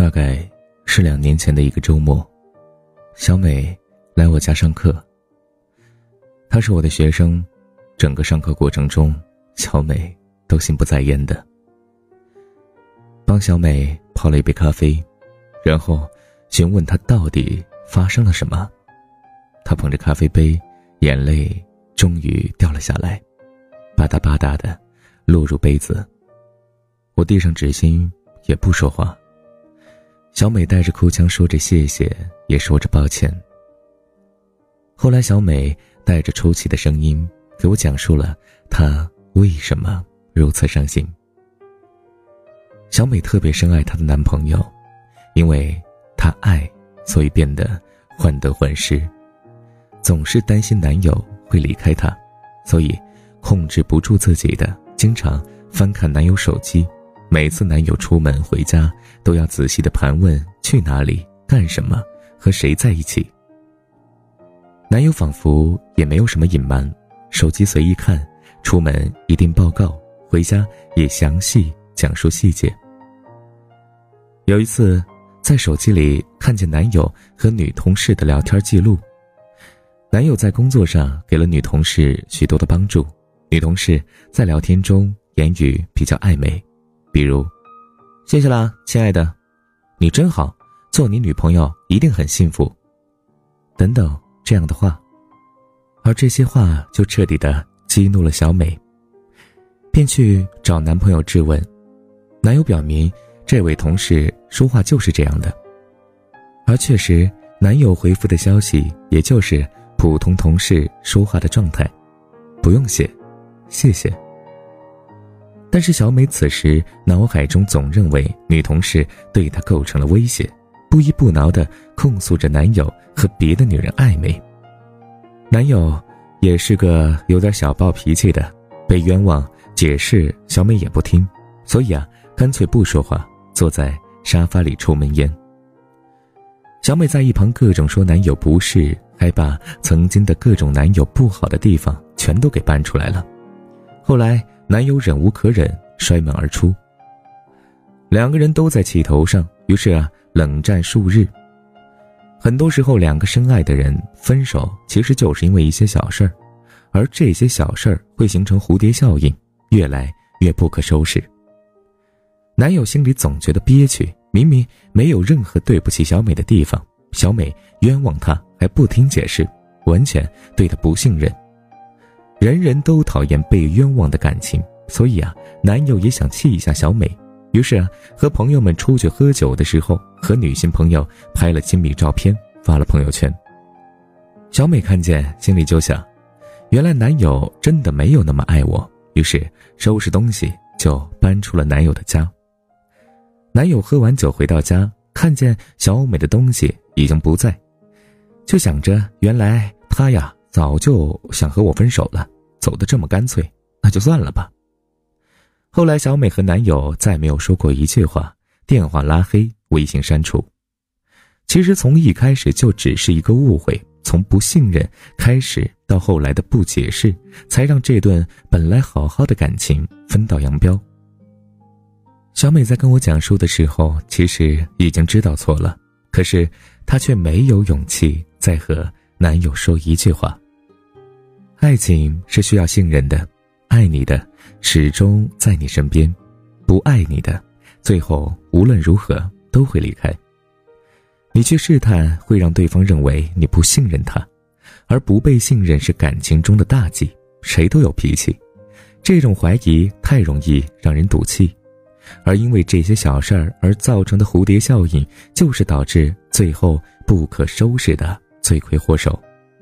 大概是2年前的一个周末，小美来我家上课。她是我的学生，整个上课过程中，小美都心不在焉的。帮小美泡了一杯咖啡，然后询问她到底发生了什么。她捧着咖啡杯，眼泪终于掉了下来，吧嗒吧嗒的落入杯子。我递上纸巾，也不说话。小美带着哭腔说着谢谢，也说着抱歉。后来小美带着抽泣的声音给我讲述了她为什么如此伤心。小美特别深爱她的男朋友，因为她爱，所以变得患得患失，总是担心男友会离开她，所以控制不住自己的经常翻看男友手机。每次男友出门回家都要仔细地盘问去哪里干什么和谁在一起。男友仿佛也没有什么隐瞒，手机随意看，出门一定报告，回家也详细讲述细节。有一次在手机里看见男友和女同事的聊天记录，男友在工作上给了女同事许多的帮助，女同事在聊天中言语比较暧昧，比如谢谢啦亲爱的，你真好，做你女朋友一定很幸福，等等这样的话。而这些话就彻底的激怒了小美，便去找男朋友质问。男友表明这位同事说话就是这样的，而确实男友回复的消息也就是普通同事说话的状态，不用谢，谢谢。但是小美此时脑海中总认为女同事对她构成了威胁，不依不挠地控诉着男友和别的女人暧昧。男友也是个有点小暴脾气的，被冤枉解释小美也不听，所以干脆不说话，坐在沙发里抽闷烟。小美在一旁各种说男友不是，还把曾经的各种男友不好的地方全都给搬出来了。后来男友忍无可忍，摔门而出。两个人都在气头上，于是冷战数日。很多时候两个深爱的人分手其实就是因为一些小事儿，而这些小事儿会形成蝴蝶效应，越来越不可收拾。男友心里总觉得憋屈，明明没有任何对不起小美的地方，小美冤枉他还不听解释，完全对他不信任。人人都讨厌被冤枉的感情，所以男友也想气一下小美，于是和朋友们出去喝酒的时候，和女性朋友拍了亲密照片发了朋友圈。小美看见心里就想，原来男友真的没有那么爱我，于是收拾东西就搬出了男友的家。男友喝完酒回到家，看见小美的东西已经不在，就想着原来他早就想和我分手了，走得这么干脆，那就算了吧。后来小美和男友再没有说过一句话，电话拉黑，微信删除。其实从一开始就只是一个误会，从不信任开始到后来的不解释，才让这段本来好好的感情分道扬镳。小美在跟我讲述的时候，其实已经知道错了，可是她却没有勇气再和男友说一句话。爱情是需要信任的，爱你的始终在你身边，不爱你的最后无论如何都会离开。你去试探会让对方认为你不信任他，而不被信任是感情中的大忌，谁都有脾气，这种怀疑太容易让人赌气，而因为这些小事儿而造成的蝴蝶效应，就是导致最后不可收拾的罪魁祸首。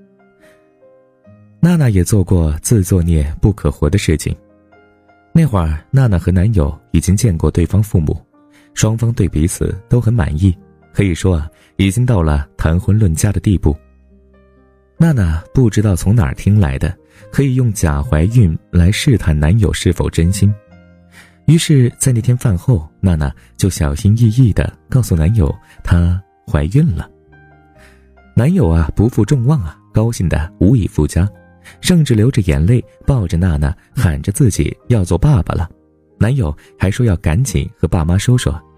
娜娜也做过自作孽不可活的事情。那会儿娜娜和男友已经见过对方父母，双方对彼此都很满意，可以说已经到了谈婚论嫁的地步。娜娜不知道从哪儿听来的，可以用假怀孕来试探男友是否真心。于是在那天饭后，娜娜就小心翼翼地告诉男友她怀孕了。男友不负众望高兴得无以复加，甚至流着眼泪抱着娜娜喊着自己要做爸爸了。男友还说要赶紧和爸妈说说，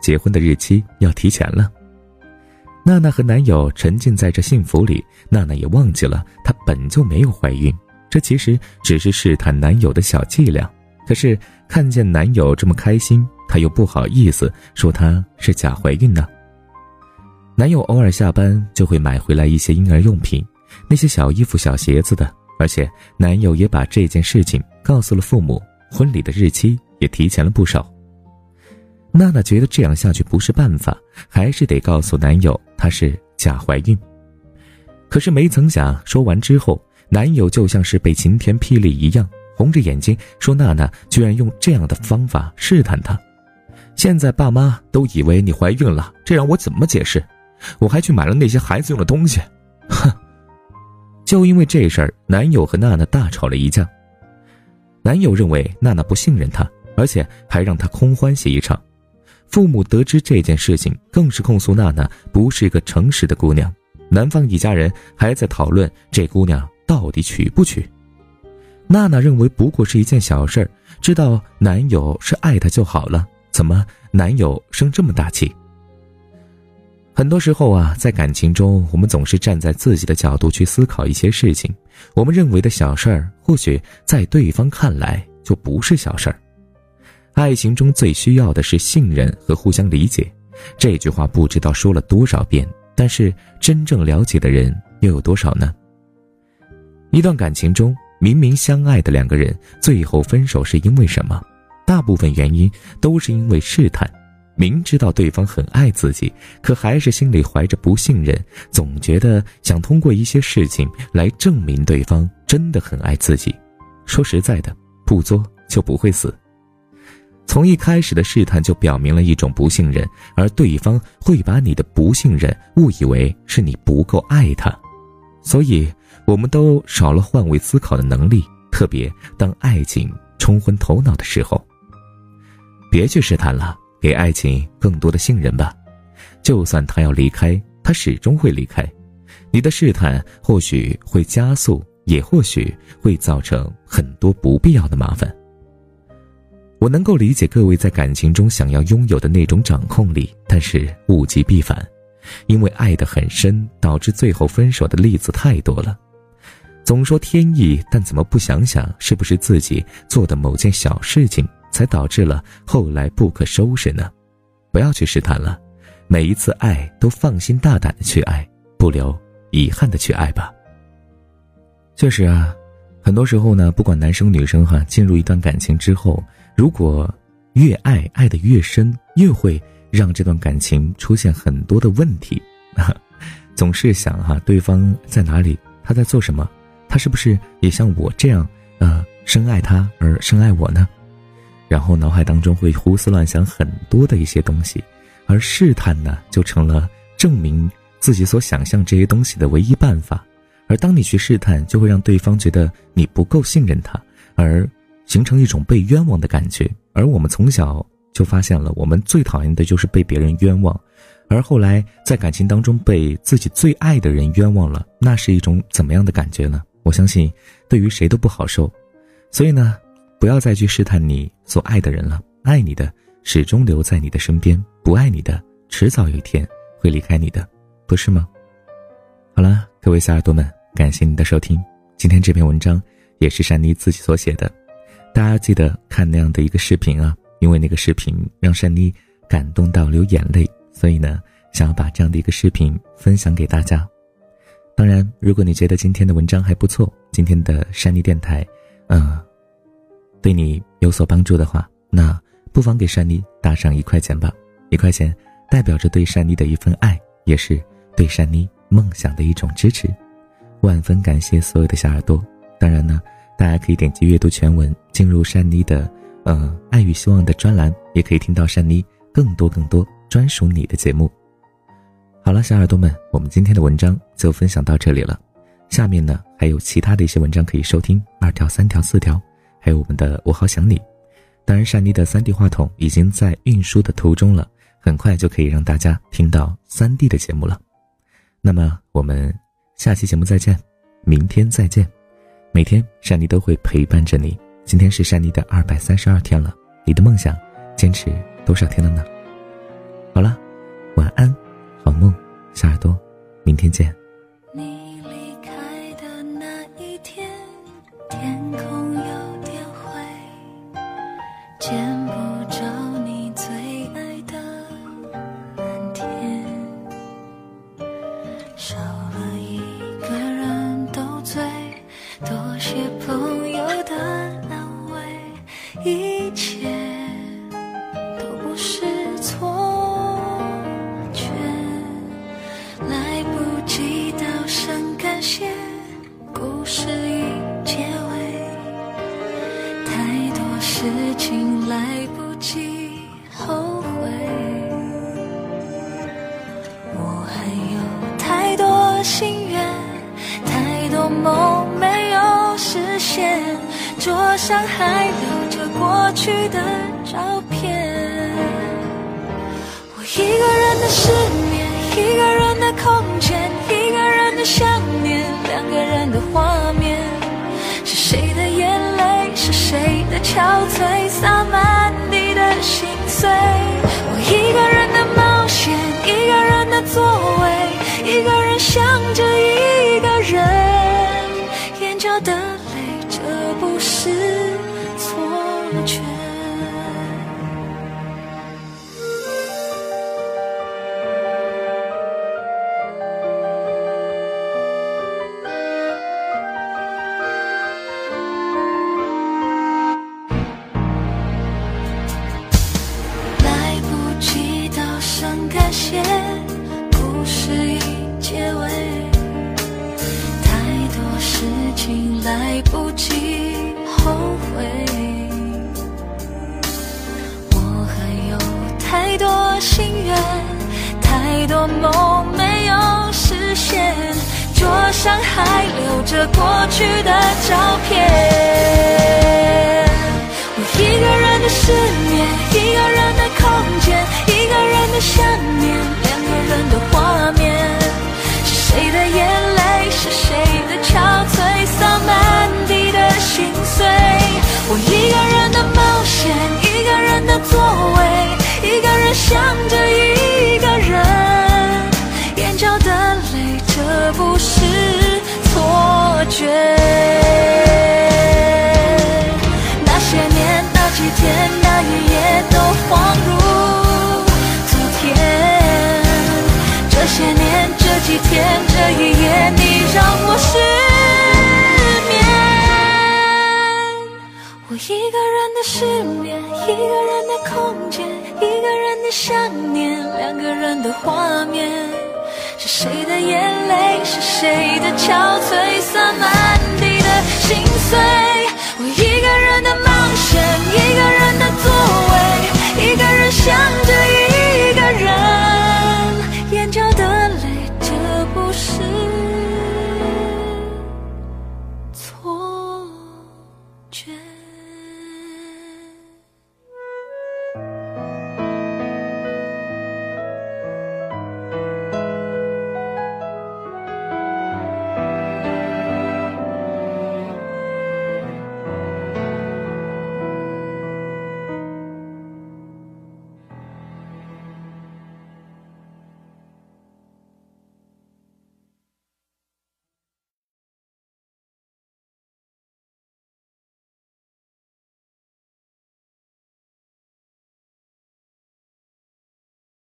结婚的日期要提前了。娜娜和男友沉浸在这幸福里，娜娜也忘记了她本就没有怀孕，这其实只是试探男友的小伎俩。可是看见男友这么开心，她又不好意思说她是假怀孕呢。男友偶尔下班就会买回来一些婴儿用品，那些小衣服小鞋子的，而且男友也把这件事情告诉了父母，婚礼的日期也提前了不少。娜娜觉得这样下去不是办法，还是得告诉男友她是假怀孕。可是没曾想，说完之后，男友就像是被晴天霹雳一样，红着眼睛说娜娜居然用这样的方法试探她。现在爸妈都以为你怀孕了，这让我怎么解释？我还去买了那些孩子用的东西。哼！就因为这事儿，男友和娜娜大吵了一架。男友认为娜娜不信任他，而且还让他空欢喜一场。父母得知这件事情，更是控诉娜娜不是一个诚实的姑娘。男方一家人还在讨论这姑娘到底娶不娶。娜娜认为不过是一件小事儿，知道男友是爱她就好了，怎么男友生这么大气？很多时候啊，在感情中，我们总是站在自己的角度去思考一些事情，我们认为的小事儿，或许在对方看来就不是小事儿。爱情中最需要的是信任和互相理解，这句话不知道说了多少遍，但是真正了解的人又有多少呢？一段感情中，明明相爱的两个人，最后分手是因为什么？大部分原因都是因为试探。明知道对方很爱自己，可还是心里怀着不信任，总觉得想通过一些事情来证明对方真的很爱自己。说实在的，不作就不会死。从一开始的试探就表明了一种不信任，而对方会把你的不信任误以为是你不够爱他。所以我们都少了换位思考的能力，特别当爱情冲昏头脑的时候。别去试探了，给爱情更多的信任吧。就算他要离开，他始终会离开。你的试探或许会加速，也或许会造成很多不必要的麻烦。我能够理解各位在感情中想要拥有的那种掌控力，但是物极必反，因为爱得很深，导致最后分手的例子太多了。总说天意，但怎么不想想是不是自己做的某件小事情才导致了后来不可收拾呢？不要去试探了，每一次爱都放心大胆的去爱，不留遗憾的去爱吧。确实啊，很多时候呢，不管男生女生进入一段感情之后，如果越爱得越深，越会让这段感情出现很多的问题。总是想对方在哪里，他在做什么，他是不是也像我这样深爱他而深爱我呢？然后脑海当中会胡思乱想很多的一些东西，而试探呢，就成了证明自己所想象这些东西的唯一办法。而当你去试探，就会让对方觉得你不够信任他，而形成一种被冤枉的感觉。而我们从小就发现了，我们最讨厌的就是被别人冤枉，而后来在感情当中被自己最爱的人冤枉了，那是一种怎么样的感觉呢？我相信对于谁都不好受。所以呢，不要再去试探你所爱的人了，爱你的始终留在你的身边，不爱你的迟早有一天会离开你的，不是吗？好了，各位小耳朵们，感谢你的收听。今天这篇文章也是珊妮自己所写的，大家记得看那样的一个视频啊，因为那个视频让珊妮感动到流眼泪，所以呢，想要把这样的一个视频分享给大家。当然，如果你觉得今天的文章还不错，今天的珊妮电台对你有所帮助的话，那不妨给珊妮打上1块钱吧。1块钱代表着对珊妮的一份爱，也是对珊妮梦想的一种支持。万分感谢所有的小耳朵。当然呢，大家可以点击阅读全文，进入珊妮的爱与希望的专栏，也可以听到珊妮更多专属你的节目。好了，小耳朵们，我们今天的文章就分享到这里了。下面呢，还有其他的一些文章可以收听，2条、3条、4条，还有我们的我好想你。当然，珊妮的3D 话筒已经在运输的途中了，很快就可以让大家听到3D 的节目了。那么我们下期节目再见，明天再见。每天珊妮都会陪伴着你。今天是珊妮的232天了，你的梦想坚持多少天了呢？ 好了，晚安，好梦，小耳朵，明天见。 你离开的那一天，天空有点灰，见不着你最爱的蓝天，少了一个人斗嘴，多些朋友的安慰，一切都不是错觉，来不及道声感谢，故事已结尾，太多事情来不及后悔，我还有太多心愿，太多梦没有实现，桌上还留着过去的照片，我一个人的失眠，一个人的空间，一个人的想念，两个人的画面，是谁的眼泪，是谁的憔悴，洒满地的心碎，我一个人的冒险，一个人的座位，一个人想着一个人，眼角的泪，这不是错觉。来不及道声感谢，故事已结尾，太多事情来不及后悔，我还有太多心愿，太多梦没有实现，桌上还留着过去的照片，我一个人的失眠，一个人的空间，一个人的想念，两个人的画面，是谁的眼泪，是谁的憔悴，洒满地的心碎，我一个人的冒险，一个人的座位，一个人想着一个人，眼角的泪，这不是错觉，那些年，那几天，那一夜都恍如昨天，这些年，这几天，这一夜，你让我失眠，我一个人的失眠，一个人的空间，一个人的想念，两个人的画面，是谁的眼泪，是谁的憔悴，洒满地的心碎，我一个人的冒险，一个人的座位，一个人想着